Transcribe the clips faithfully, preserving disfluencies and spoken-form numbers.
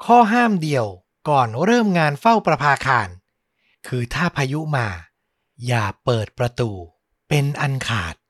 ข้อห้ามเดียวก่อนเริ่มงานเฝ้าประภาคารคือถ้าพายุมาอย่าเปิดประตูเป็นอันขาด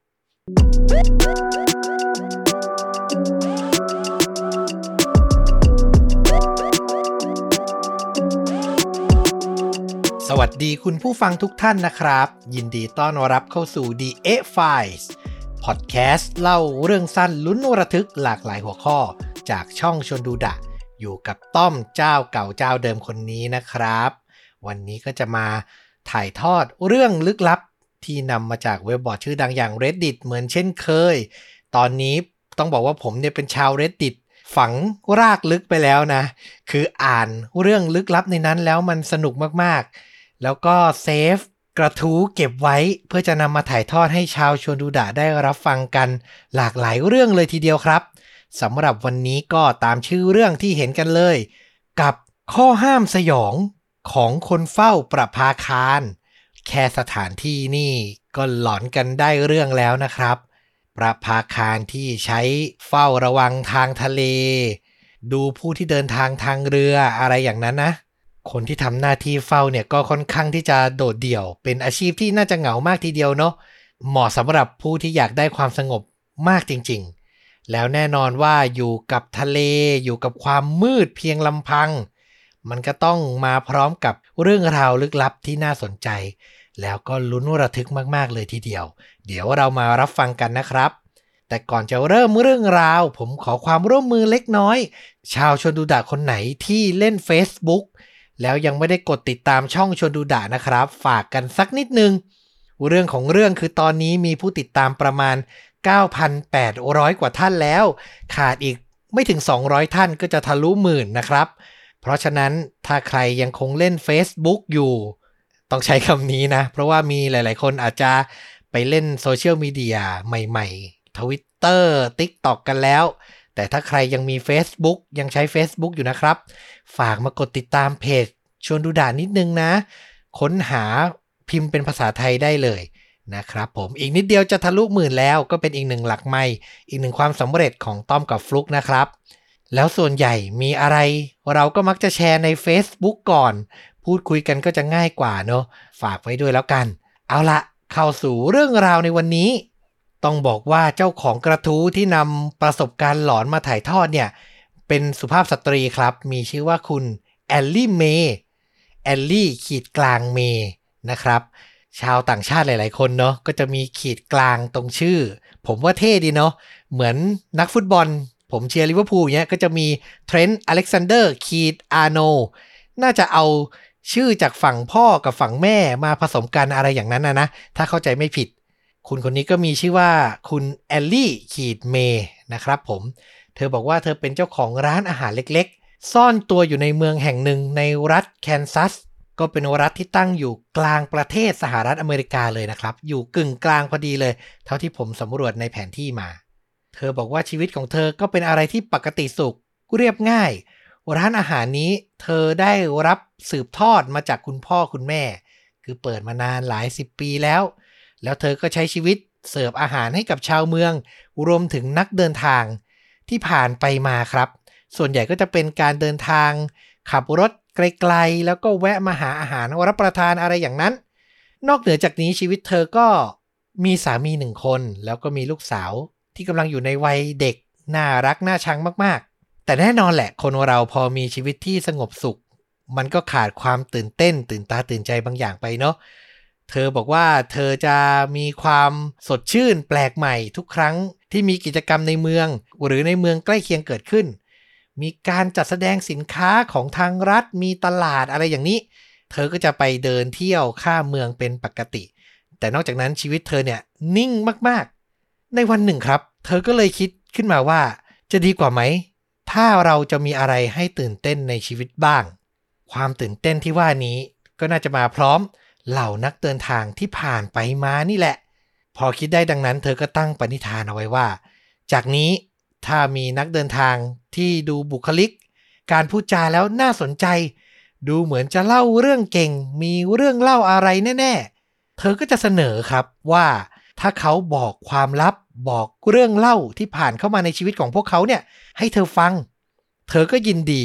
สวัสดีคุณผู้ฟังทุกท่านนะครับยินดีต้อนรับเข้าสู่ The X-Files พอดแคสต์เล่าเรื่องสั้นลุ้นระทึกหลากหลายหัวข้อจากช่องชวนดูดะอยู่กับต้อมเจ้าเก่าเจ้าเดิมคนนี้นะครับวันนี้ก็จะมาถ่ายทอดเรื่องลึกลับที่นำมาจากเว็บบอร์ดชื่อดังอย่าง Reddit เหมือนเช่นเคยตอนนี้ต้องบอกว่าผมเนี่ยเป็นชาว Reddit ฝังรากลึกไปแล้วนะคืออ่านเรื่องลึกลับในนั้นแล้วมันสนุกมากๆแล้วก็เซฟกระทู้เก็บไว้เพื่อจะนำมาถ่ายทอดให้ชาวชวนดูดะได้รับฟังกันหลากหลายเรื่องเลยทีเดียวครับสำหรับวันนี้ก็ตามชื่อเรื่องที่เห็นกันเลยกับข้อห้ามสยองของคนเฝ้าประภาคารแค่สถานที่นี่ก็หลอนกันได้เรื่องแล้วนะครับประภาคารที่ใช้เฝ้าระวังทางทะเลดูผู้ที่เดินทางทางเรืออะไรอย่างนั้นนะคนที่ทำหน้าที่เฝ้าเนี่ยก็ค่อนข้างที่จะโดดเดี่ยวเป็นอาชีพที่น่าจะเหงามากทีเดียวเนาะเหมาะสำหรับผู้ที่อยากได้ความสงบมากจริงๆแล้วแน่นอนว่าอยู่กับทะเลอยู่กับความมืดเพียงลำพังมันก็ต้องมาพร้อมกับเรื่องราวลึกลับที่น่าสนใจแล้วก็ลุ้นระทึกมากๆเลยทีเดียวเดี๋ยวเรามารับฟังกันนะครับแต่ก่อนจะเริ่มเรื่องราวผมขอความร่วมมือเล็กน้อยชาวชวนดูดะคนไหนที่เล่น Facebook แล้วยังไม่ได้กดติดตามช่องชวนดูดะนะครับฝากกันสักนิดนึงเรื่องของเรื่องคือตอนนี้มีผู้ติดตามประมาณ เก้าพันแปดร้อย กว่าท่านแล้วขาดอีกไม่ถึงสองร้อยท่านก็จะทะลุหมื่นนะครับเพราะฉะนั้นถ้าใครยังคงเล่น Facebook อยู่ต้องใช้คำนี้นะเพราะว่ามีหลายๆคนอาจจะไปเล่นโซเชียลมีเดียใหม่ๆ Twitter TikTok กันแล้วแต่ถ้าใครยังมี Facebook ยังใช้ Facebook อยู่นะครับฝากมากดติดตามเพจชวนดูดะนิดนึงนะค้นหาพิมพ์เป็นภาษาไทยได้เลยนะครับผมอีกนิดเดียวจะทะลุหมื่นแล้วก็เป็นอีกหนึ่งหลักไมล์อีกหนึ่งความสำเร็จของต้อมกับฟลุกนะครับแล้วส่วนใหญ่มีอะไรเราก็มักจะแชร์ใน Facebook ก่อนพูดคุยกันก็จะง่ายกว่าเนอะฝากไว้ด้วยแล้วกันเอาละเข้าสู่เรื่องราวในวันนี้ต้องบอกว่าเจ้าของกระทู้ที่นำประสบการณ์หลอนมาถ่ายทอดเนี่ยเป็นสุภาพสตรีครับมีชื่อว่าคุณแอลลี่เมย์แอลลี่ขีดกลางเมย์นะครับชาวต่างชาติหลายๆคนเนาะก็จะมีขีดกลางตรงชื่อผมว่าเท่ดีเนาะเหมือนนักฟุตบอลผมเชียร์ลิเวอร์พูลเงี้ยก็จะมีเทรนต์อเล็กซานเดอร์ขีดอาร์โนน่าจะเอาชื่อจากฝั่งพ่อกับฝั่งแม่มาผสมกันอะไรอย่างนั้นนะนะถ้าเข้าใจไม่ผิดคุณคนนี้ก็มีชื่อว่าคุณแอลลี่ขีดเมย์นะครับผมเธอบอกว่าเธอเป็นเจ้าของร้านอาหารเล็กๆซ่อนตัวอยู่ในเมืองแห่งหนึ่งในรัฐแคนซัสก็เป็นรัฐที่ตั้งอยู่กลางประเทศสหรัฐอเมริกาเลยนะครับอยู่กึ่งกลางพอดีเลยเท่าที่ผมสำรวจในแผนที่มาเธอบอกว่าชีวิตของเธอก็เป็นอะไรที่ปกติสุขเรียบง่ายร้านอาหารนี้เธอได้รับสืบทอดมาจากคุณพ่อคุณแม่คือเปิดมานานหลายสิบปีแล้วแล้วเธอก็ใช้ชีวิตเสิร์ฟอาหารให้กับชาวเมืองรวมถึงนักเดินทางที่ผ่านไปมาครับส่วนใหญ่ก็จะเป็นการเดินทางขับรถไกลๆแล้วก็แวะมาหาอาหารรับประทานอะไรอย่างนั้นนอกเหนือจากนี้ชีวิตเธอก็มีสามีหนึ่งคนแล้วก็มีลูกสาวที่กำลังอยู่ในวัยเด็กน่ารักน่าชังมากๆแต่แน่นอนแหละคนเราพอมีชีวิตที่สงบสุขมันก็ขาดความตื่นเต้นตื่นตาตื่นใจบางอย่างไปเนาะเธอบอกว่าเธอจะมีความสดชื่นแปลกใหม่ทุกครั้งที่มีกิจกรรมในเมืองหรือในเมืองใกล้เคียงเกิดขึ้นมีการจัดแสดงสินค้าของทางรัฐมีตลาดอะไรอย่างนี้เธอก็จะไปเดินเที่ยวข้ามเมืองเป็นปกติแต่นอกจากนั้นชีวิตเธอเนี่ยนิ่งมากๆในวันหนึ่งครับเธอก็เลยคิดขึ้นมาว่าจะดีกว่าไหมถ้าเราจะมีอะไรให้ตื่นเต้นในชีวิตบ้างความตื่นเต้นที่ว่านี้ก็น่าจะมาพร้อมเหล่านักเดินทางที่ผ่านไปมานี่แหละพอคิดได้ดังนั้นเธอก็ตั้งปณิธานเอาไว้ว่าจากนี้ถ้ามีนักเดินทางที่ดูบุคลิกการพูดจาแล้วน่าสนใจดูเหมือนจะเล่าเรื่องเก่งมีเรื่องเล่าอะไรแน่ๆเธอก็จะเสนอครับว่าถ้าเขาบอกความลับบอกเรื่องเล่าที่ผ่านเข้ามาในชีวิตของพวกเขาเนี่ยให้เธอฟังเธอก็ยินดี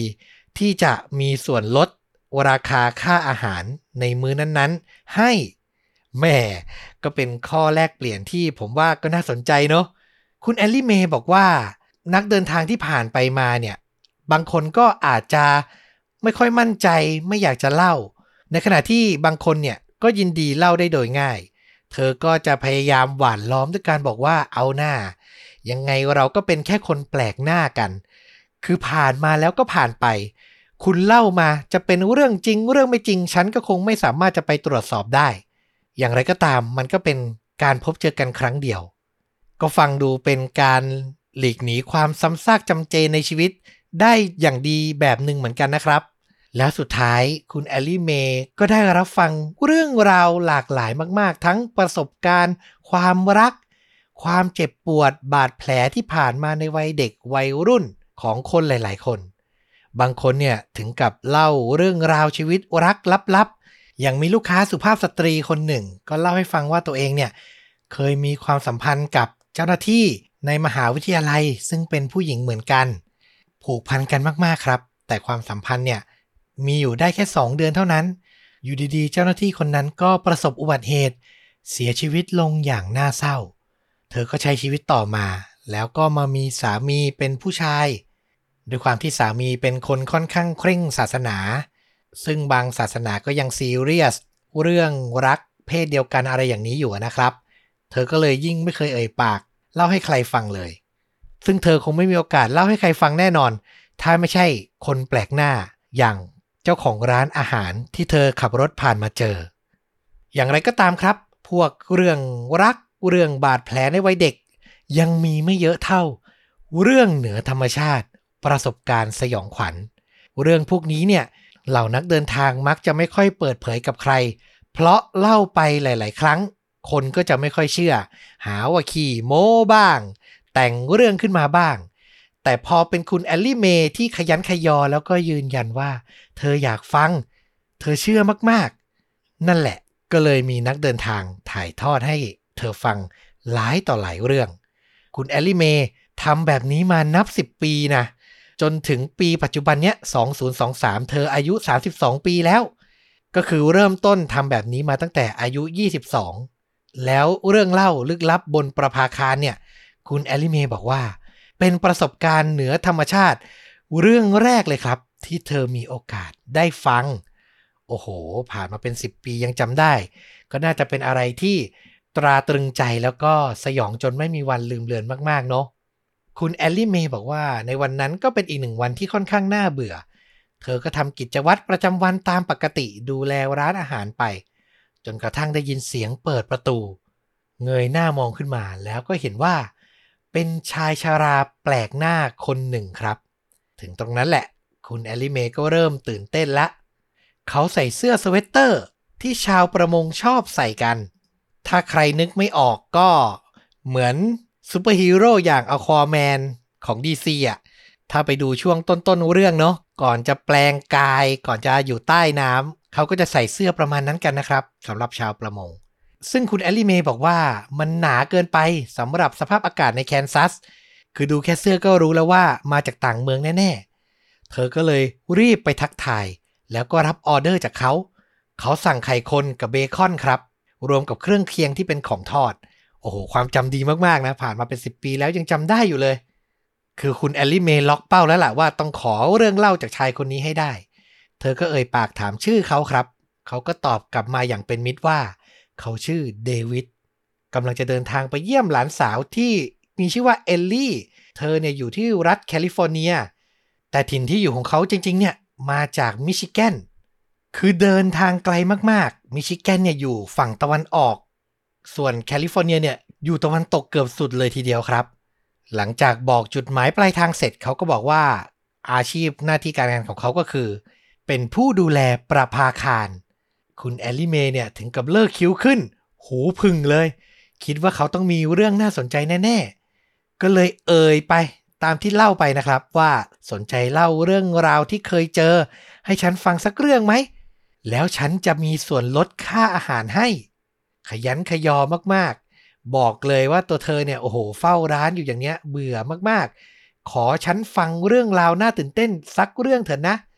ที่จะมีส่วนลดราคาค่าอาหารในมื้อนั้นๆให้แหม่ก็เป็นข้อแลกเปลี่ยนที่ผมว่าก็น่าสนใจเนาะคุณแอลลี่เมย์บอกว่านักเดินทางที่ผ่านไปมาเนี่ยบางคนก็อาจจะไม่ค่อยมั่นใจไม่อยากจะเล่าในขณะที่บางคนเนี่ยก็ยินดีเล่าได้โดยง่ายเธอก็จะพยายามหว่านล้อมด้วยการบอกว่าเอาหน้ายังไงเราก็เป็นแค่คนแปลกหน้ากันคือผ่านมาแล้วก็ผ่านไปคุณเล่ามาจะเป็นเรื่องจริงเรื่องไม่จริงฉันก็คงไม่สามารถจะไปตรวจสอบได้อย่างไรก็ตามมันก็เป็นการพบเจอกันครั้งเดียวก็ฟังดูเป็นการหลีกหนีความซ้ำซากจำเจในชีวิตได้อย่างดีแบบหนึ่งเหมือนกันนะครับแล้วสุดท้ายคุณแอลลี่เมย์ก็ได้รับฟังเรื่องราวหลากหลายมากๆทั้งประสบการณ์ความรักความเจ็บปวดบาดแผลที่ผ่านมาในวัยเด็กวัยรุ่นของคนหลายๆคนบางคนเนี่ยถึงกับเล่าเรื่องราวชีวิตรักลับๆอย่างมีลูกค้าสุภาพสตรีคนหนึ่งก็เล่าให้ฟังว่าตัวเองเนี่ยเคยมีความสัมพันธ์กับเจ้าหน้าที่ในมหาวิทยาลัยซึ่งเป็นผู้หญิงเหมือนกันผูกพันกันมากๆครับแต่ความสัมพันธ์เนี่ยมีอยู่ได้แค่สองเดือนเท่านั้นอยู่ดีๆเจ้าหน้าที่คนนั้นก็ประสบอุบัติเหตุเสียชีวิตลงอย่างน่าเศร้าเธอก็ใช้ชีวิตต่อมาแล้วก็มามีสามีเป็นผู้ชายด้วยความที่สามีเป็นคนค่อนข้างเคร่งศาสนาซึ่งบางศาสนาก็ยังซีเรียสเรื่องรักเพศเดียวกันอะไรอย่างนี้อยู่นะครับเธอก็เลยยิ่งไม่เคยเอ่ยปากเล่าให้ใครฟังเลยซึ่งเธอคงไม่มีโอกาสเล่าให้ใครฟังแน่นอนถ้าไม่ใช่คนแปลกหน้าอย่างเจ้าของร้านอาหารที่เธอขับรถผ่านมาเจออย่างไรก็ตามครับพวกเรื่องรักเรื่องบาดแผลในวัยเด็กยังมีไม่เยอะเท่าเรื่องเหนือธรรมชาติประสบการณ์สยองขวัญเรื่องพวกนี้เนี่ยเหล่านักเดินทางมักจะไม่ค่อยเปิดเผยกับใครเพราะเล่าไปหลายๆครั้งคนก็จะไม่ค่อยเชื่อหาว่าขี้โม้บ้างแต่งเรื่องขึ้นมาบ้างแต่พอเป็นคุณแอลลี่เมย์ที่ขยันขยอแล้วก็ยืนยันว่าเธออยากฟังเธอเชื่อมากๆนั่นแหละก็เลยมีนักเดินทางถ่ายทอดให้เธอฟังหลายต่อหลายเรื่องคุณแอลลี่เมย์ทำแบบนี้มานับสิบปีนะจนถึงปีปัจจุบันเนี้ยสองพันยี่สิบสามเธออายุสามสิบสองปีแล้วก็คือเริ่มต้นทำแบบนี้มาตั้งแต่อายุยี่สิบสองแล้วเรื่องเล่าลึกลับบนประภาคารเนี่ยคุณแอลลี่เมย์บอกว่าเป็นประสบการณ์เหนือธรรมชาติเรื่องแรกเลยครับที่เธอมีโอกาสได้ฟังโอ้โหผ่านมาเป็นสิบปียังจำได้ก็น่าจะเป็นอะไรที่ตราตรึงใจแล้วก็สยองจนไม่มีวันลืมเลือนมากๆเนาะคุณแอลลี่เมย์บอกว่าในวันนั้นก็เป็นอีกหนึ่งวันที่ค่อนข้างน่าเบื่อเธอก็ทำกิจวัตรประจำวันตามปกติดูแลร้านอาหารไปจนกระทั่งได้ยินเสียงเปิดประตูเงยหน้ามองขึ้นมาแล้วก็เห็นว่าเป็นชายชราแปลกหน้าคนหนึ่งครับถึงตรงนั้นแหละคุณแอลลี่เมย์ก็เริ่มตื่นเต้นละเขาใส่เสื้อสเวตเตอร์ที่ชาวประมงชอบใส่กันถ้าใครนึกไม่ออกก็เหมือนซูเปอร์ฮีโร่อย่างอควาแมนของ ดี ซี อ่ะถ้าไปดูช่วงต้นๆเรื่องเนาะก่อนจะแปลงกายก่อนจะอยู่ใต้น้ำเขาก็จะใส่เสื้อประมาณนั้นกันนะครับสำหรับชาวประมงซึ่งคุณแอลลี่เมย์บอกว่ามันหนาเกินไปสำหรับสภาพอากาศในแคนซัสคือดูแค่เสื้อก็รู้แล้วว่ามาจากต่างเมืองแน่ๆเธอก็เลยรีบไปทักทายแล้วก็รับออเดอร์จากเขาเขาสั่งไข่คนกับเบคอนครับรวมกับเครื่องเคียงที่เป็นของทอดโอ้โหความจำดีมากๆนะผ่านมาเป็นสิบปีแล้วยังจำได้อยู่เลยคือคุณแอลลี่เมย์ล็อกเป้าแล้วล่ะว่าต้องขอเรื่องเล่าจากชายคนนี้ให้ได้เธอก็เอ่ยปากถามชื่อเขาครับเขาก็ตอบกลับมาอย่างเป็นมิตรว่าเขาชื่อเดวิดกำลังจะเดินทางไปเยี่ยมหลานสาวที่มีชื่อว่าเอลลี่เธอเนี่ยอยู่ที่รัฐแคลิฟอร์เนียแต่ถิ่นที่อยู่ของเขาจริงๆเนี่ยมาจากมิชิแกนคือเดินทางไกลมากๆมิชิแกนเนี่ยอยู่ฝั่งตะวันออกส่วนแคลิฟอร์เนียเนี่ยอยู่ตะวันตกเกือบสุดเลยทีเดียวครับหลังจากบอกจุดหมายปลายทางเสร็จเขาก็บอกว่าอาชีพหน้าที่การงานของเขาก็คือเป็นผู้ดูแลประภาคารคุณแอลลี่เมย์เนี่ยถึงกับเลิกคิ้วขึ้นหูพึ่งเลยคิดว่าเขาต้องมีเรื่องน่าสนใจแน่ๆก็เลยเอ่ยไปตามที่เล่าไปนะครับว่าสนใจเล่าเรื่องราวที่เคยเจอให้ฉันฟังสักเรื่องไหมแล้วฉันจะมีส่วนลดค่าอาหารให้ขยันขยอมากๆบอกเลยว่าตัวเธอเนี่ยโอ้โหเฝ้าร้านอยู่อย่างเนี้ยเบื่อมากๆขอฉันฟังเรื่องราวน่าตื่นเต้นสักเรื่องเถอะนะ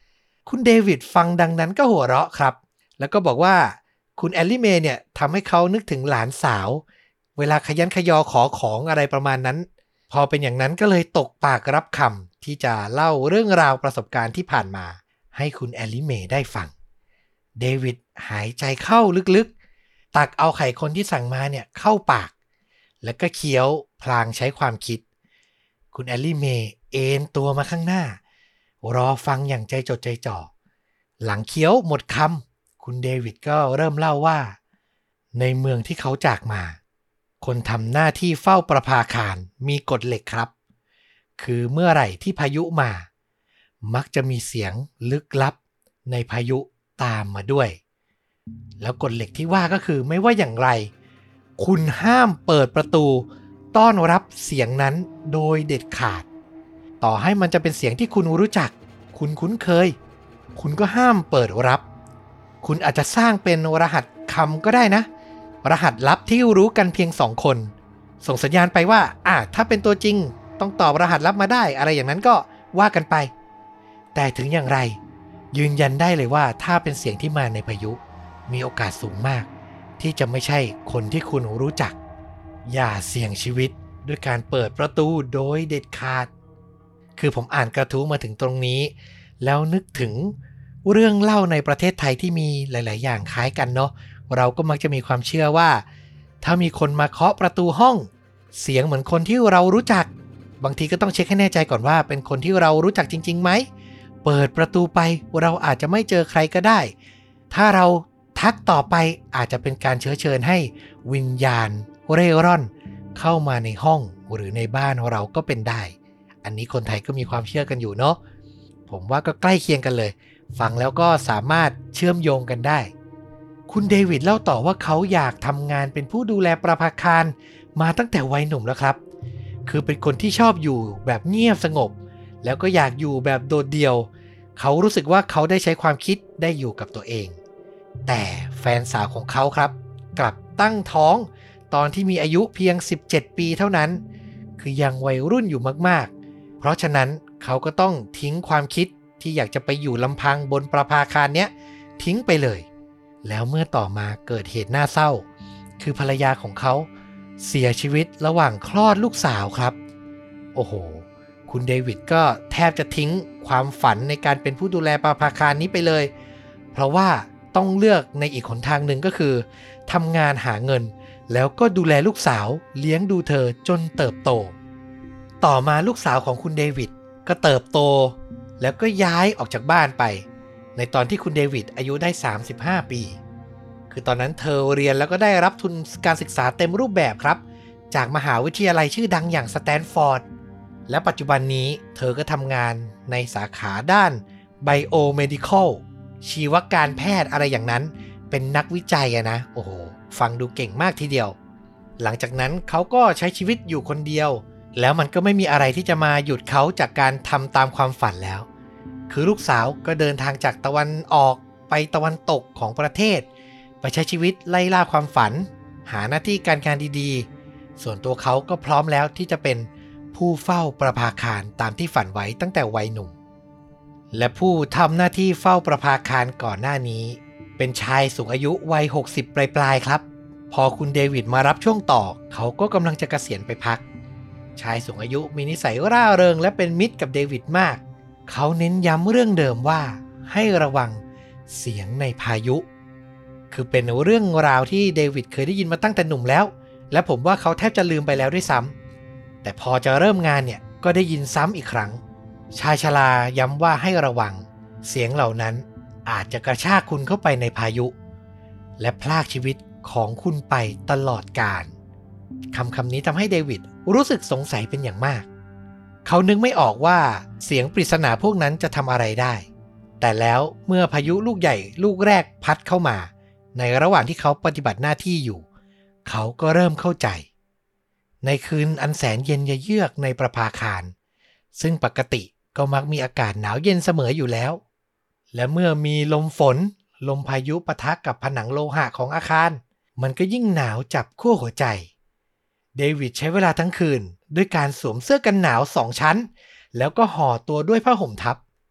คุณเดวิดฟังดังนั้นก็หัวเราะครับแล้วก็บอกว่าคุณแอลลี่เมย์เนี่ยทำให้เขานึกถึงหลานสาวเวลาขยันขยอขอของอะไรประมาณนั้นพอเป็นอย่างนั้นก็เลยตกปากรับคำที่จะเล่าเรื่องราวประสบการณ์ที่ผ่านมาให้คุณแอลลี่เมย์ได้ฟังเดวิดหายใจเข้าลึกๆตักเอาไข่คนที่สั่งมาเนี่ยเข้าปากแล้วก็เคี้ยวพลางใช้ความคิดคุณแอลลี่เมย์เอนตัวมาข้างหน้ารอฟังอย่างใจจดใจจ่อหลังเคี้ยวหมดคำคุณเดวิดก็เริ่มเล่าว่าในเมืองที่เขาจากมาคนทำหน้าที่เฝ้าประภาคารมีกฎเหล็กครับคือเมื่อไหร่ที่พายุมามักจะมีเสียงลึกลับในพายุตามมาด้วยแล้วกฎเหล็กที่ว่าก็คือไม่ว่าอย่างไรคุณห้ามเปิดประตูต้อนรับเสียงนั้นโดยเด็ดขาดต่อให้มันจะเป็นเสียงที่คุณรู้จักคุณคุ้นเคยคุณก็ห้ามเปิดรับคุณอาจจะสร้างเป็นรหัสคำก็ได้นะรหัสลับที่รู้กันเพียงสองคนส่งสัญญาณไปว่าอ่ะถ้าเป็นตัวจริงต้องตอบรหัสลับมาได้อะไรอย่างนั้นก็ว่ากันไปแต่ถึงอย่างไรยืนยันได้เลยว่าถ้าเป็นเสียงที่มาในพายุมีโอกาสสูงมากที่จะไม่ใช่คนที่คุณรู้จักอย่าเสี่ยงชีวิตด้วยการเปิดประตูโดยเด็ดขาดคือผมอ่านกระทู้มาถึงตรงนี้แล้วนึกถึงเรื่องเล่าในประเทศไทยที่มีหลายๆอย่างคล้ายกันเนาะเราก็มักจะมีความเชื่อว่าถ้ามีคนมาเคาะประตูห้องเสียงเหมือนคนที่เรารู้จักบางทีก็ต้องเช็คให้แน่ใจก่อนว่าเป็นคนที่เรารู้จักจริงๆไหมเปิดประตูไปเราอาจจะไม่เจอใครก็ได้ถ้าเราทักต่อไปอาจจะเป็นการเชื้อเชิญให้วิญญาณเร่ร่อนเข้ามาในห้องหรือในบ้านเราก็เป็นได้อันนี้คนไทยก็มีความเชื่อกันอยู่เนาะผมว่าก็ใกล้เคียงกันเลยฟังแล้วก็สามารถเชื่อมโยงกันได้คุณเดวิดเล่าต่อว่าเขาอยากทำงานเป็นผู้ดูแลประภาคารมาตั้งแต่วัยหนุ่มแล้วครับคือเป็นคนที่ชอบอยู่แบบเงียบสงบแล้วก็อยากอยู่แบบโดดเดี่ยวเขารู้สึกว่าเขาได้ใช้ความคิดได้อยู่กับตัวเองแต่แฟนสาวของเขาครับกลับตั้งท้องตอนที่มีอายุเพียงสิบเจ็ดปีเท่านั้นคือยังวัยรุ่นอยู่มากๆเพราะฉะนั้นเขาก็ต้องทิ้งความคิดที่อยากจะไปอยู่ลำพังบนประภาคารเนี้ยทิ้งไปเลยแล้วเมื่อต่อมาเกิดเหตุน่าเศร้าคือภรรยาของเขาเสียชีวิตระหว่างคลอดลูกสาวครับโอ้โหคุณเดวิดก็แทบจะทิ้งความฝันในการเป็นผู้ดูแลประภาคารนี้ไปเลยเพราะว่าต้องเลือกในอีกหนทางหนึ่งก็คือทำงานหาเงินแล้วก็ดูแลลูกสาวเลี้ยงดูเธอจนเติบโตต่อมาลูกสาวของคุณเดวิดก็เติบโตแล้วก็ย้ายออกจากบ้านไปในตอนที่คุณเดวิดอายุได้สามสิบห้าปีคือตอนนั้นเธอเรียนแล้วก็ได้รับทุนการศึกษาเต็มรูปแบบครับจากมหาวิทยาลัยชื่อดังอย่างสแตนฟอร์ดและปัจจุบันนี้เธอก็ทำงานในสาขาด้าน Biomedical ชีวการแพทย์อะไรอย่างนั้นเป็นนักวิจัยอะนะโอ้โหฟังดูเก่งมากทีเดียวหลังจากนั้นเขาก็ใช้ชีวิตอยู่คนเดียวแล้วมันก็ไม่มีอะไรที่จะมาหยุดเขาจากการทำตามความฝันแล้วคือลูกสาวก็เดินทางจากตะวันออกไปตะวันตกของประเทศไปใช้ชีวิตไล่ล่าความฝันหาหน้าที่การงานดีๆส่วนตัวเขาก็พร้อมแล้วที่จะเป็นผู้เฝ้าประภาคารตามที่ฝันไว้ตั้งแต่วัยหนุ่มและผู้ทำหน้าที่เฝ้าประภาคารก่อนหน้านี้เป็นชายสูงอายุวัยหกสิบปลายๆครับพอคุณเดวิดมารับช่วงต่อเขาก็กำลังจะเกษียณไปพักชายสูงอายุมีนิสัยร่าเริงและเป็นมิตรกับเดวิดมากเขาเน้นย้ำเรื่องเดิมว่าให้ระวังเสียงในพายุคือเป็นเรื่องราวที่เดวิดเคยได้ยินมาตั้งแต่หนุ่มแล้วและผมว่าเขาแทบจะลืมไปแล้วด้วยซ้ำแต่พอจะเริ่มงานเนี่ยก็ได้ยินซ้ำอีกครั้งชายชราย้ำว่าให้ระวังเสียงเหล่านั้นอาจจะกระชากคุณเข้าไปในพายุและพรากชีวิตของคุณไปตลอดกาลคำคำนี้ทำให้เดวิดรู้สึกสงสัยเป็นอย่างมากเขานึกไม่ออกว่าเสียงปริศนาพวกนั้นจะทำอะไรได้แต่แล้วเมื่อพายุลูกใหญ่ลูกแรกพัดเข้ามาในระหว่างที่เขาปฏิบัติหน้าที่อยู่เขาก็เริ่มเข้าใจในคืนอันแสนเย็นเยือกในประภาคารซึ่งปกติก็มักมีอากาศหนาวเย็นเสมออยู่แล้วและเมื่อมีลมฝนลมพายุปะทะกับผนังโลหะของอาคารมันก็ยิ่งหนาวจับขั้วหัวใจเดวิดใช้เวลาทั้งคืนด้วยการสวมเสื้อกันหนาวสองชั้นแล้วก็ห่อตัวด้วยผ้าห่มทับ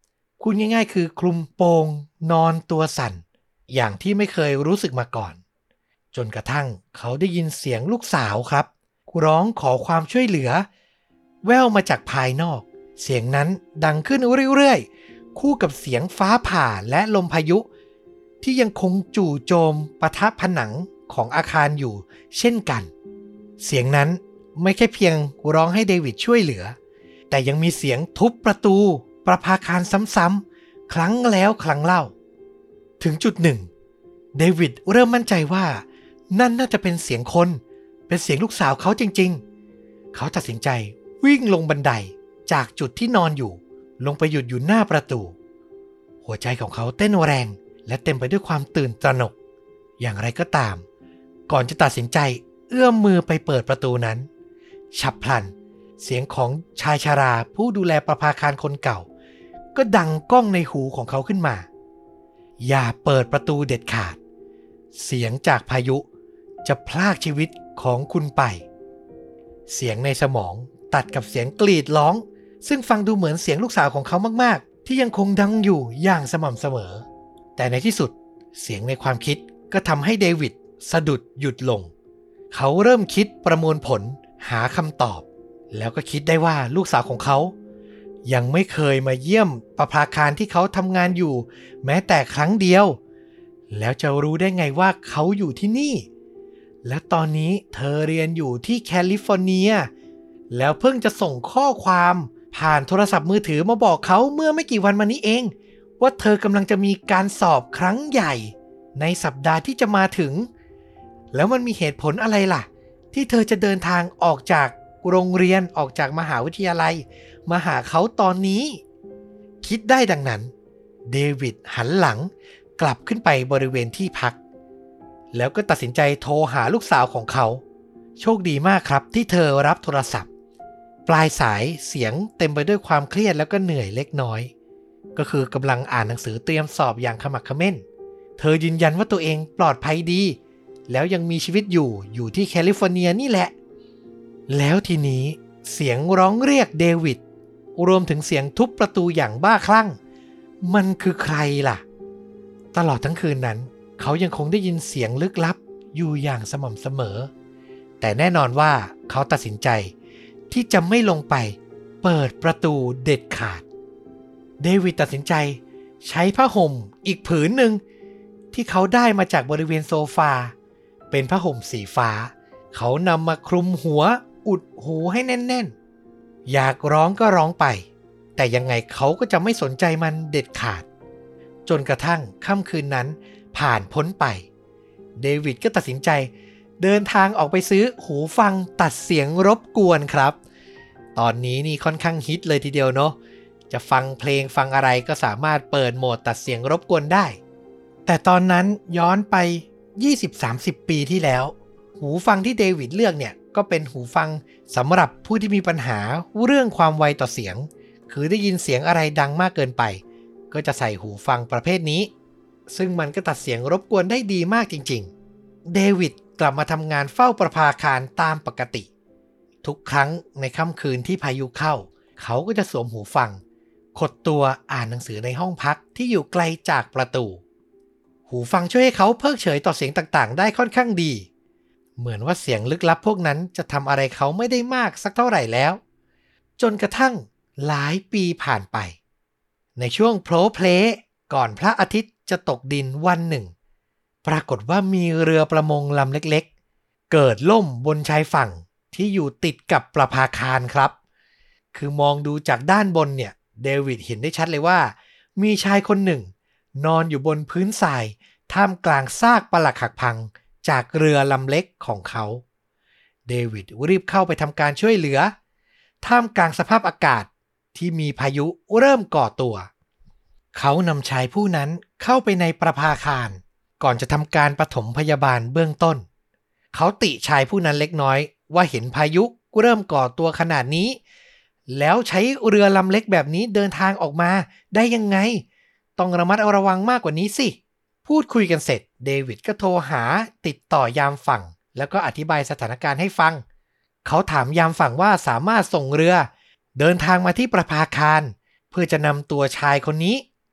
พูดง่ายๆคือคลุมโปงนอนตัวสั่นอย่างที่ไม่เคยรู้สึกมาก่อนจนกระทั่งเขาได้ยินเสียงลูกสาวครับร้องขอความช่วยเหลือแว่วมาจากภายนอกเสียงนั้นดังขึ้นเรื่อยๆคู่กับเสียงฟ้าผ่าและลมพายุที่ยังคงจู่โจมปะทะผนังของอาคารอยู่เช่นกันเสียงนั้นไม่แค่เพียงร้องให้เดวิดช่วยเหลือแต่ยังมีเสียงทุบประตูประภาคารซ้ำๆครั้งแล้วครั้งเล่าถึงจุดหนึ่งเดวิดเริ่มมั่นใจว่านั่นน่าจะเป็นเสียงคนเป็นเสียงลูกสาวเขาจริงๆเขาตัดสินใจวิ่งลงบันไดจากจุดที่นอนอยู่ลงไปหยุดอยู่หน้าประตูหัวใจของเขาเต้นแรงและเต็มไปด้วยความตื่นตระหนกอย่างไรก็ตามก่อนจะตัดสินใจเอื้อมมือไปเปิดประตูนั้นฉับพลันเสียงของชายชราผู้ดูแลประภาคารคนเก่าก็ดังก้องในหูของเขาขึ้นมาอย่าเปิดประตูเด็ดขาดเสียงจากพายุจะพรากชีวิตของคุณไปเสียงในสมองตัดกับเสียงกรีดร้องซึ่งฟังดูเหมือนเสียงลูกสาวของเขามากๆที่ยังคงดังอยู่อย่างสม่ำเสมอแต่ในที่สุดเสียงในความคิดก็ทำให้เดวิดสะดุดหยุดลงเขาเริ่มคิดประมวลผลหาคำตอบแล้วก็คิดได้ว่าลูกสาวของเขายังไม่เคยมาเยี่ยมประภาคารที่เขาทำงานอยู่แม้แต่ครั้งเดียวแล้วจะรู้ได้ไงว่าเขาอยู่ที่นี่และตอนนี้เธอเรียนอยู่ที่แคลิฟอร์เนียแล้วเพิ่งจะส่งข้อความผ่านโทรศัพท์มือถือมาบอกเขาเมื่อไม่กี่วันมานี้เองว่าเธอกำลังจะมีการสอบครั้งใหญ่ในสัปดาห์ที่จะมาถึงแล้วมันมีเหตุผลอะไรล่ะที่เธอจะเดินทางออกจากโรงเรียนออกจากมหาวิทยาลัยมาหาเขาตอนนี้คิดได้ดังนั้นเดวิดหันหลังกลับขึ้นไปบริเวณที่พักแล้วก็ตัดสินใจโทรหาลูกสาวของเขาโชคดีมากครับที่เธอรับโทรศัพท์ปลายสายเสียงเต็มไปด้วยความเครียดแล้วก็เหนื่อยเล็กน้อยก็คือกำลังอ่านหนังสือเตรียมสอบอย่างขมักเขม้นเธอยืนยันว่าตัวเองปลอดภัยดีแล้วยังมีชีวิตอยู่อยู่ที่แคลิฟอร์เนียนี่แหละแล้วทีนี้เสียงร้องเรียกเดวิดรวมถึงเสียงทุบประตูอย่างบ้าคลั่งมันคือใครล่ะตลอดทั้งคืนนั้นเขายังคงได้ยินเสียงลึกลับอยู่อย่างสม่ำเสมอแต่แน่นอนว่าเขาตัดสินใจที่จะไม่ลงไปเปิดประตูเด็ดขาดเดวิดตัดสินใจใช้ผ้าห่มอีกผืนหนึ่งที่เขาได้มาจากบริเวณโซฟาเป็นผ้าห่มสีฟ้าเขานำมาคลุมหัวอุดหูให้แน่นๆอยากร้องก็ร้องไปแต่ยังไงเขาก็จะไม่สนใจมันเด็ดขาดจนกระทั่งค่ำคืนนั้นผ่านพ้นไปเดวิดก็ตัดสินใจเดินทางออกไปซื้อหูฟังตัดเสียงรบกวนครับตอนนี้นี่ค่อนข้างฮิตเลยทีเดียวเนาะจะฟังเพลงฟังอะไรก็สามารถเปิดโหมดตัดเสียงรบกวนได้แต่ตอนนั้นย้อนไป ยี่สิบถึงสามสิบ ปีที่แล้วหูฟังที่เดวิดเลือกเนี่ยก็เป็นหูฟังสำหรับผู้ที่มีปัญหาเรื่องความไวต่อเสียงคือได้ยินเสียงอะไรดังมากเกินไปก็จะใส่หูฟังประเภทนี้ซึ่งมันก็ตัดเสียงรบกวนได้ดีมากจริงๆเดวิดกลับมาทำงานเฝ้าประภาคารตามปกติทุกครั้งในค่ำคืนที่พายุเข้าเขาก็จะสวมหูฟังขดตัวอ่านหนังสือในห้องพักที่อยู่ไกลจากประตูหูฟังช่วยให้เขาเพิกเฉยต่อเสียงต่างๆได้ค่อนข้างดีเหมือนว่าเสียงลึกลับพวกนั้นจะทำอะไรเขาไม่ได้มากสักเท่าไหร่แล้วจนกระทั่งหลายปีผ่านไปในช่วงโพลเพลก่อนพระอาทิตย์จะตกดินวันหนึ่งปรากฏว่ามีเรือประมงลำเล็กๆเกิดล่มบนชายฝั่งที่อยู่ติดกับประภาคารครับคือมองดูจากด้านบนเนี่ยเดวิดเห็นได้ชัดเลยว่ามีชายคนหนึ่งนอนอยู่บนพื้นทรายท่ามกลางซากปรักหักพังจากเรือลำเล็กของเขาเดวิดรีบเข้าไปทำการช่วยเหลือท่ามกลางสภาพอากาศที่มีพายุเริ่มก่อตัวเขานำชายผู้นั้นเข้าไปในประภาคารก่อนจะทำการปฐมพยาบาลเบื้องต้นเขาติชายผู้นั้นเล็กน้อยว่าเห็นพายุเริ่มก่อตัวขนาดนี้แล้วใช้เรือลำเล็กแบบนี้เดินทางออกมาได้ยังไงต้องระมัดระวังมากกว่านี้สิพูดคุยกันเสร็จเดวิดก็โทรหาติดต่อยามฝั่งแล้วก็อธิบายสถานการณ์ให้ฟังเขาถามยามฝั่งว่าสามารถส่งเรือเดินทางมาที่ประภาคารเพื่อจะนำตัวชายคนนี้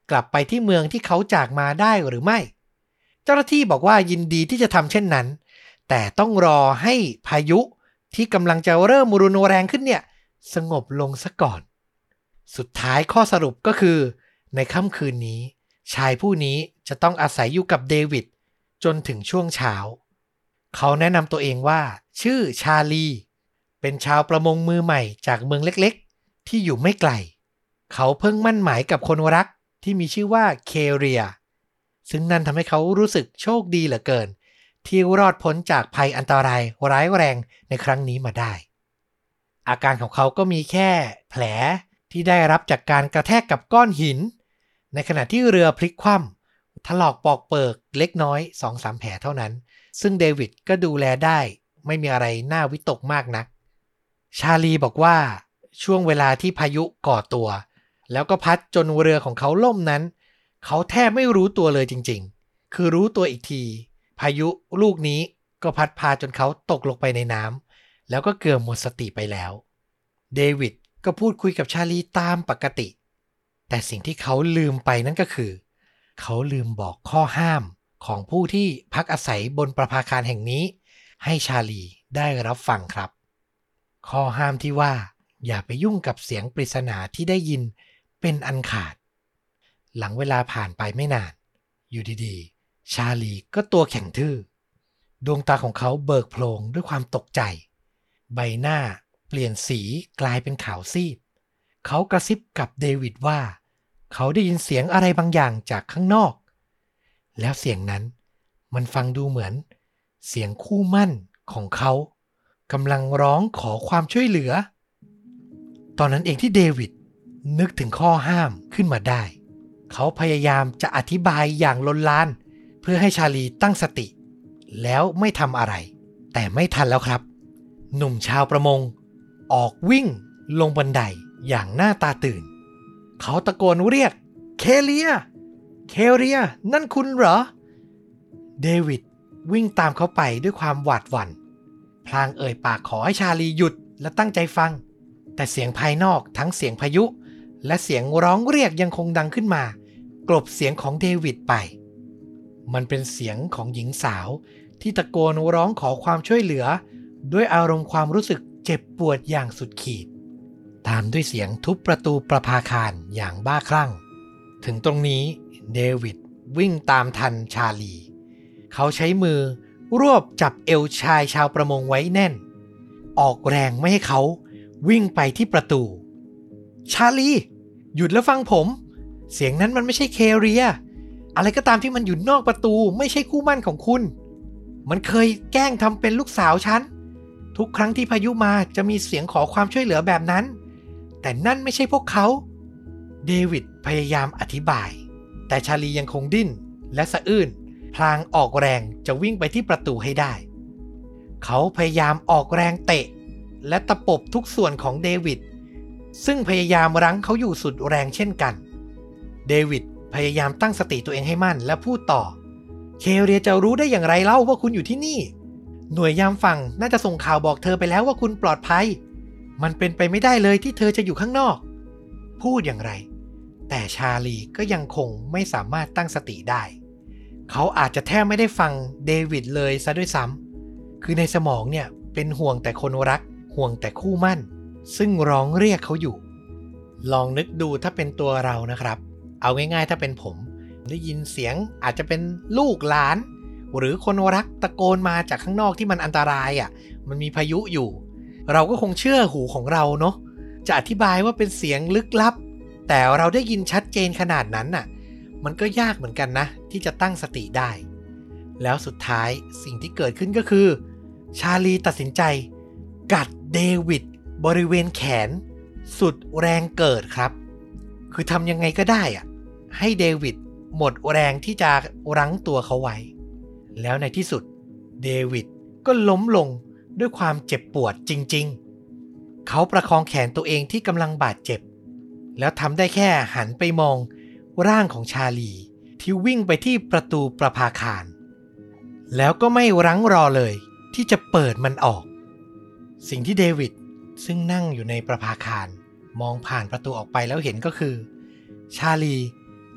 กลับไปที่เมืองที่เขาจากมาได้หรือไม่เจ้าหน้าที่บอกว่ายินดีที่จะทำเช่นนั้นแต่ต้องรอให้พายุที่กำลังจะเริ่มรุนแรงขึ้นเนี่ยสงบลงซะก่อนสุดท้ายข้อสรุปก็คือในค่ำคืนนี้ชายผู้นี้จะต้องอาศัยอยู่กับเดวิดจนถึงช่วงเช้าเขาแนะนำตัวเองว่าชื่อชาลีเป็นชาวประมงมือใหม่จากเมืองเล็กๆที่อยู่ไม่ไกลเขาเพิ่งมั่นหมายกับคนรักที่มีชื่อว่าเคเรียซึ่งนั่นทำให้เขารู้สึกโชคดีเหลือเกินที่รอดพ้นจากภัยอันตรายร้ายแรงในครั้งนี้มาได้อาการของเขาก็มีแค่แผลที่ได้รับจากการกระแทกกับก้อนหินในขณะที่เรือพลิกคว่ำถลอกปอกเปิกเล็กน้อย สองถึงสาม แผลเท่านั้นซึ่งเดวิดก็ดูแลได้ไม่มีอะไรน่าวิตกมากนักชาลีบอกว่าช่วงเวลาที่พายุก่อตัวแล้วก็พัดจนเรือของเขาล่มนั้นเขาแทบไม่รู้ตัวเลยจริงๆคือรู้ตัวอีกทีพายุลูกนี้ก็พัดพาจนเขาตกลงไปในน้ำแล้วก็เกือบหมดสติไปแล้วเดวิดก็พูดคุยกับชาลีตามปกติแต่สิ่งที่เขาลืมไปนั่นก็คือเขาลืมบอกข้อห้ามของผู้ที่พักอาศัยบนประภาคารแห่งนี้ให้ชาลีได้รับฟังครับข้อห้ามที่ว่าอย่าไปยุ่งกับเสียงปริศนาที่ได้ยินเป็นอันขาดหลังเวลาผ่านไปไม่นานอยู่ดีๆชาลีก็ตัวแข็งทื่อดวงตาของเขาเบิกโพลงด้วยความตกใจใบหน้าเปลี่ยนสีกลายเป็นขาวซีดเขากระซิบกับเดวิดว่าเขาได้ยินเสียงอะไรบางอย่างจากข้างนอกแล้วเสียงนั้นมันฟังดูเหมือนเสียงคู่หมั้นของเขากำลังร้องขอความช่วยเหลือตอนนั้นเองที่เดวิดนึกถึงข้อห้ามขึ้นมาได้เขาพยายามจะอธิบายอย่างลนลานเพื่อให้ชาลีตั้งสติแล้วไม่ทำอะไรแต่ไม่ทันแล้วครับหนุ่มชาวประมงออกวิ่งลงบันไดอย่างหน้าตาตื่นเขาตะโกนเรียกเคเลียเคเลียนั่นคุณเหรอเดวิดวิ่งตามเขาไปด้วยความหวาดหวั่นพลางเอ่ยปากขอให้ชาลีหยุดและตั้งใจฟังแต่เสียงภายนอกทั้งเสียงพายุและเสียงร้องเรียกยังคงดังขึ้นมากลบเสียงของเดวิดไปมันเป็นเสียงของหญิงสาวที่ตะโกนร้องขอความช่วยเหลือด้วยอารมณ์ความรู้สึกเจ็บปวดอย่างสุดขีดตามด้วยเสียงทุบประตูประภาคารอย่างบ้าคลั่งถึงตรงนี้เดวิดวิ่งตามทันชาลีเขาใช้มือรวบจับเอวชายชาวประมงไว้แน่นออกแรงไม่ให้เขาวิ่งไปที่ประตูชาลีหยุดแล้วฟังผมเสียงนั้นมันไม่ใช่เคเรียอะไรก็ตามที่มันอยู่นอกประตูไม่ใช่คู่หมั้นของคุณมันเคยแกล้งทำเป็นลูกสาวฉันทุกครั้งที่พายุมาจะมีเสียงขอความช่วยเหลือแบบนั้นแต่นั่นไม่ใช่พวกเขาเดวิดพยายามอธิบายแต่ชาลียังคงดิ้นและสะอื้นพลางออกแรงจะวิ่งไปที่ประตูให้ได้เขาพยายามออกแรงเตะและตะปบทุกส่วนของเดวิดซึ่งพยายามรั้งเขาอยู่สุดแรงเช่นกันเดวิดพยายามตั้งสติตัวเองให้มั่นและพูดต่อเคเรียจะรู้ได้อย่างไรเล่าว่าคุณอยู่ที่นี่หน่วยยามฝั่งน่าจะส่งข่าวบอกเธอไปแล้วว่าคุณปลอดภัยมันเป็นไปไม่ได้เลยที่เธอจะอยู่ข้างนอกพูดอย่างไรแต่ชาลีก็ยังคงไม่สามารถตั้งสติได้เขาอาจจะแทบไม่ได้ฟังเดวิดเลยซะด้วยซ้ำคือในสมองเนี่ยเป็นห่วงแต่คนรักห่วงแต่คู่หมั้นซึ่งร้องเรียกเขาอยู่ลองนึกดูถ้าเป็นตัวเรานะครับเอาง่ายๆถ้าเป็นผมได้ยินเสียงอาจจะเป็นลูกหลานหรือคนรักตะโกนมาจากข้างนอกที่มันอันตรายอ่ะมันมีพายุอยู่เราก็คงเชื่อหูของเราเนาะจะอธิบายว่าเป็นเสียงลึกลับแต่เราได้ยินชัดเจนขนาดนั้นน่ะมันก็ยากเหมือนกันนะที่จะตั้งสติได้แล้วสุดท้ายสิ่งที่เกิดขึ้นก็คือชาลีตัดสินใจกัดเดวิดบริเวณแขนสุดแรงเกิดครับคือทำยังไงก็ได้อะให้เดวิดหมดแรงที่จะรั้งตัวเขาไว้แล้วในที่สุดเดวิดก็ล้มลงด้วยความเจ็บปวดจริงๆเขาประคองแขนตัวเองที่กำลังบาดเจ็บแล้วทำได้แค่หันไปมองร่างของชาลีที่วิ่งไปที่ประตูประภาคารแล้วก็ไม่รั้งรอเลยที่จะเปิดมันออกสิ่งที่เดวิดซึ่งนั่งอยู่ในประภาคารมองผ่านประตูออกไปแล้วเห็นก็คือชาลี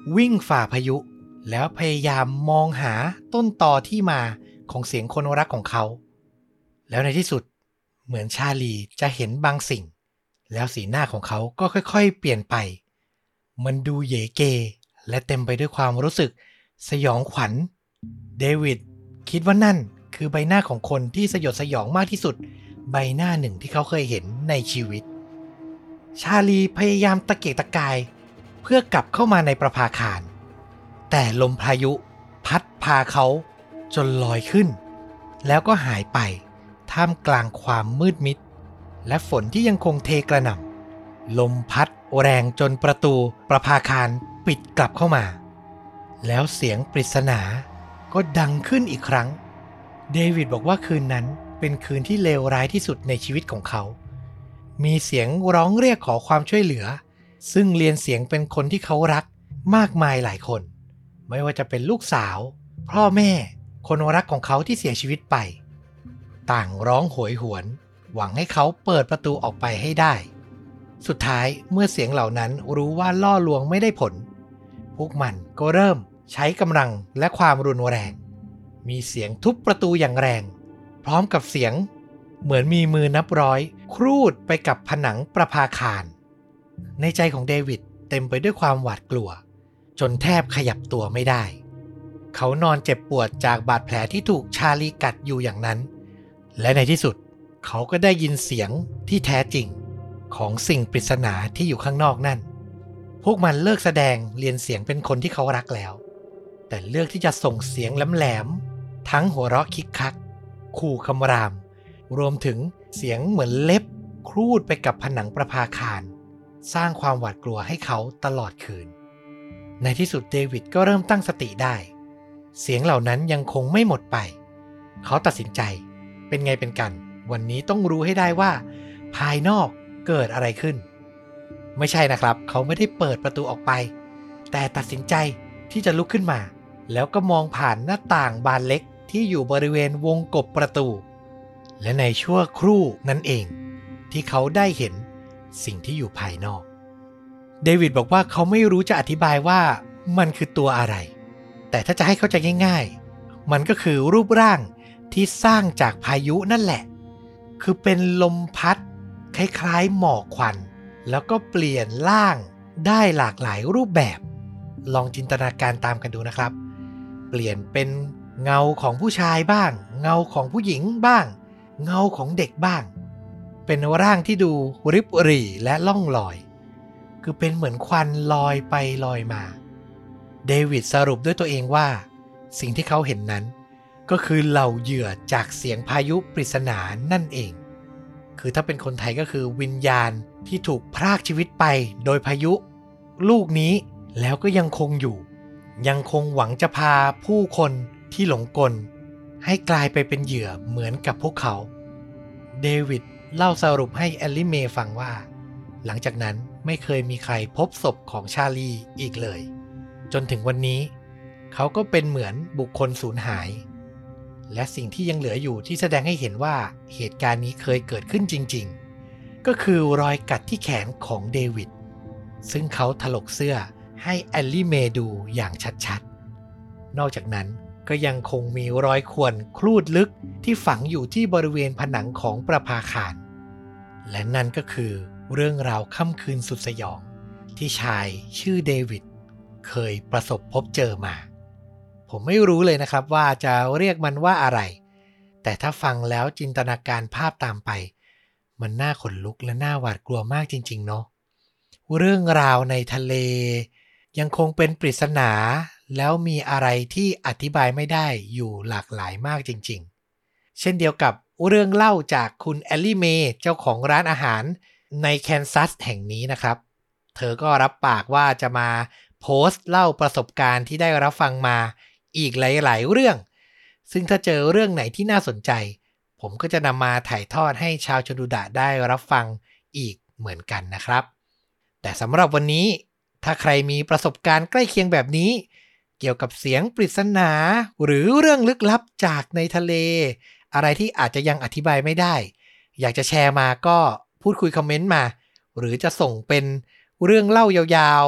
วิ่งฝ่าพายุแล้วพยายามมองหาต้นตอที่มาของเสียงคนรักของเขาแล้วในที่สุดเหมือนชาลีจะเห็นบางสิ่งแล้วสีหน้าของเขาก็ค่อยๆเปลี่ยนไปมันดูเหยเกและเต็มไปด้วยความรู้สึกสยองขวัญเดวิดคิดว่านั่นคือใบหน้าของคนที่สยดสยองมากที่สุดใบหน้าหนึ่งที่เขาเคยเห็นในชีวิตชาลีพยายามตะเกียกตะกายเพื่อกลับเข้ามาในประภาคารแต่ลมพายุพัดพาเขาจนลอยขึ้นแล้วก็หายไปท่ามกลางความมืดมิดและฝนที่ยังคงเทกระหน่ำลมพัดแรงจนประตูประภาคารปิดกลับเข้ามาแล้วเสียงปริศนาก็ดังขึ้นอีกครั้งเดวิดบอกว่าคืนนั้นเป็นคืนที่เลวร้ายที่สุดในชีวิตของเขามีเสียงร้องเรียกขอความช่วยเหลือซึ่งเรียนเสียงเป็นคนที่เขารักมากมายหลายคนไม่ว่าจะเป็นลูกสาวพ่อแม่คนรักของเขาที่เสียชีวิตไปต่างร้องโหยหวนหวังให้เขาเปิดประตูออกไปให้ได้สุดท้ายเมื่อเสียงเหล่านั้นรู้ว่าล่อลวงไม่ได้ผลพวกมันก็เริ่มใช้กำลังและความรุนแรงมีเสียงทุบประตูอย่างแรงพร้อมกับเสียงเหมือนมีมือนับร้อยครูดไปกับผนังประภาคารในใจของเดวิดเต็มไปด้วยความหวาดกลัวจนแทบขยับตัวไม่ได้เขานอนเจ็บปวดจากบาดแผลที่ถูกชาลีกัดอยู่อย่างนั้นและในที่สุดเขาก็ได้ยินเสียงที่แท้จริงของสิ่งปริศนาที่อยู่ข้างนอกนั่นพวกมันเลิกแสดงเรียนเสียงเป็นคนที่เขารักแล้วแต่เลือกที่จะส่งเสียงแหลมๆทั้งหัวเราะคิกคักขู่คำรามรวมถึงเสียงเหมือนเล็บครูดไปกับผนังประภาคารสร้างความหวาดกลัวให้เขาตลอดคืนในที่สุดเดวิดก็เริ่มตั้งสติได้เสียงเหล่านั้นยังคงไม่หมดไปเขาตัดสินใจเป็นไงเป็นกันวันนี้ต้องรู้ให้ได้ว่าภายนอกเกิดอะไรขึ้นไม่ใช่นะครับเขาไม่ได้เปิดประตูออกไปแต่ตัดสินใจที่จะลุกขึ้นมาแล้วก็มองผ่านหน้าต่างบานเล็กที่อยู่บริเวณวงกบประตูและในชั่วครู่นั้นเองที่เขาได้เห็นสิ่งที่อยู่ภายนอกเดวิดบอกว่าเขาไม่รู้จะอธิบายว่ามันคือตัวอะไรแต่ถ้าจะให้เข้าใจง่ายๆมันก็คือรูปร่างที่สร้างจากพายุนั่นแหละคือเป็นลมพัดคล้ายๆหมอกควันแล้วก็เปลี่ยนร่างได้หลากหลายรูปแบบลองจินตนาการตามกันดูนะครับเปลี่ยนเป็นเงาของผู้ชายบ้างเงาของผู้หญิงบ้างเงาของเด็กบ้างเป็นร่างที่ดูริบหรี่และล่องลอยคือเป็นเหมือนควันลอยไปลอยมาเดวิดสรุปด้วยตัวเองว่าสิ่งที่เขาเห็นนั้นก็คือเหล่าเหยื่อจากเสียงพายุปริศนานั่นเองคือถ้าเป็นคนไทยก็คือวิญญาณที่ถูกพรากชีวิตไปโดยพายุลูกนี้แล้วก็ยังคงอยู่ยังคงหวังจะพาผู้คนที่หลงกลให้กลายไปเป็นเหยื่อเหมือนกับพวกเขาเดวิดเล่าสรุปให้แอลลี่เมย์ฟังว่าหลังจากนั้นไม่เคยมีใครพบศพของชาลีอีกเลยจนถึงวันนี้เขาก็เป็นเหมือนบุคคลสูญหายและสิ่งที่ยังเหลืออยู่ที่แสดงให้เห็นว่าเหตุการณ์นี้เคยเกิดขึ้นจริงๆก็คือรอยกัดที่แขนของเดวิดซึ่งเขาถลกเสื้อให้แอลลี่เมย์ดูอย่างชัดๆนอกจากนั้นก็ยังคงมีรอยข่วนครูดลึกที่ฝังอยู่ที่บริเวณผนังของประภาคารและนั่นก็คือเรื่องราวค่ำคืนสุดสยองที่ชายชื่อเดวิดเคยประสบพบเจอมาผมไม่รู้เลยนะครับว่าจะเรียกมันว่าอะไรแต่ถ้าฟังแล้วจินตนาการภาพตามไปมันน่าขนลุกและน่าหวาดกลัวมากจริงๆเนาะเรื่องราวในทะเลยังคงเป็นปริศนาแล้วมีอะไรที่อธิบายไม่ได้อยู่หลากหลายมากจริงๆเช่นเดียวกับเรื่องเล่าจากคุณแอลลี่เมย์เจ้าของร้านอาหารในแคนซัสแห่งนี้นะครับเธอก็รับปากว่าจะมาโพสต์เล่าประสบการณ์ที่ได้รับฟังมาอีกหลายๆเรื่องซึ่งถ้าเจอเรื่องไหนที่น่าสนใจผมก็จะนำมาถ่ายทอดให้ชาวชนดูดะได้รับฟังอีกเหมือนกันนะครับแต่สำหรับวันนี้ถ้าใครมีประสบการณ์ใกล้เคียงแบบนี้เกี่ยวกับเสียงปริศนาหรือเรื่องลึกลับจากในทะเลอะไรที่อาจจะยังอธิบายไม่ได้อยากจะแชร์มาก็พูดคุยคอมเมนต์มาหรือจะส่งเป็นเรื่องเล่ายาวๆ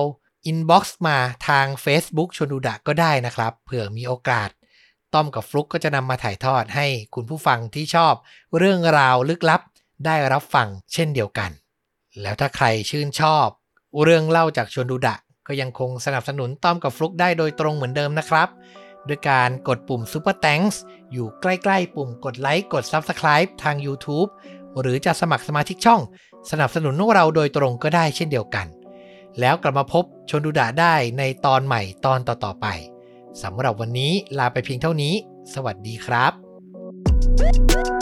อินบ็อกซ์มาทาง Facebook ชวนดูดะก็ได้นะครับเผื่อมีโอกาสต้อมกับฟลุกก็จะนำมาถ่ายทอดให้คุณผู้ฟังที่ชอบเรื่องราวลึกลับได้รับฟังเช่นเดียวกันแล้วถ้าใครชื่นชอบเรื่องเล่าจากชวนดูดะก็ยังคงสนับสนุนต้อมกับฟลุกได้โดยตรงเหมือนเดิมนะครับด้วยการกดปุ่ม Super Thanks อยู่ใกล้ๆปุ่มกดไลค์กด Subscribe ทาง YouTube หรือจะสมัครสมาชิกช่องสนับสนุนพวกเราโดยตรงก็ได้เช่นเดียวกันแล้วกลับมาพบชวนดูดะได้ในตอนใหม่ตอนต่อๆไปสำหรับวันนี้ลาไปเพียงเท่านี้สวัสดีครับ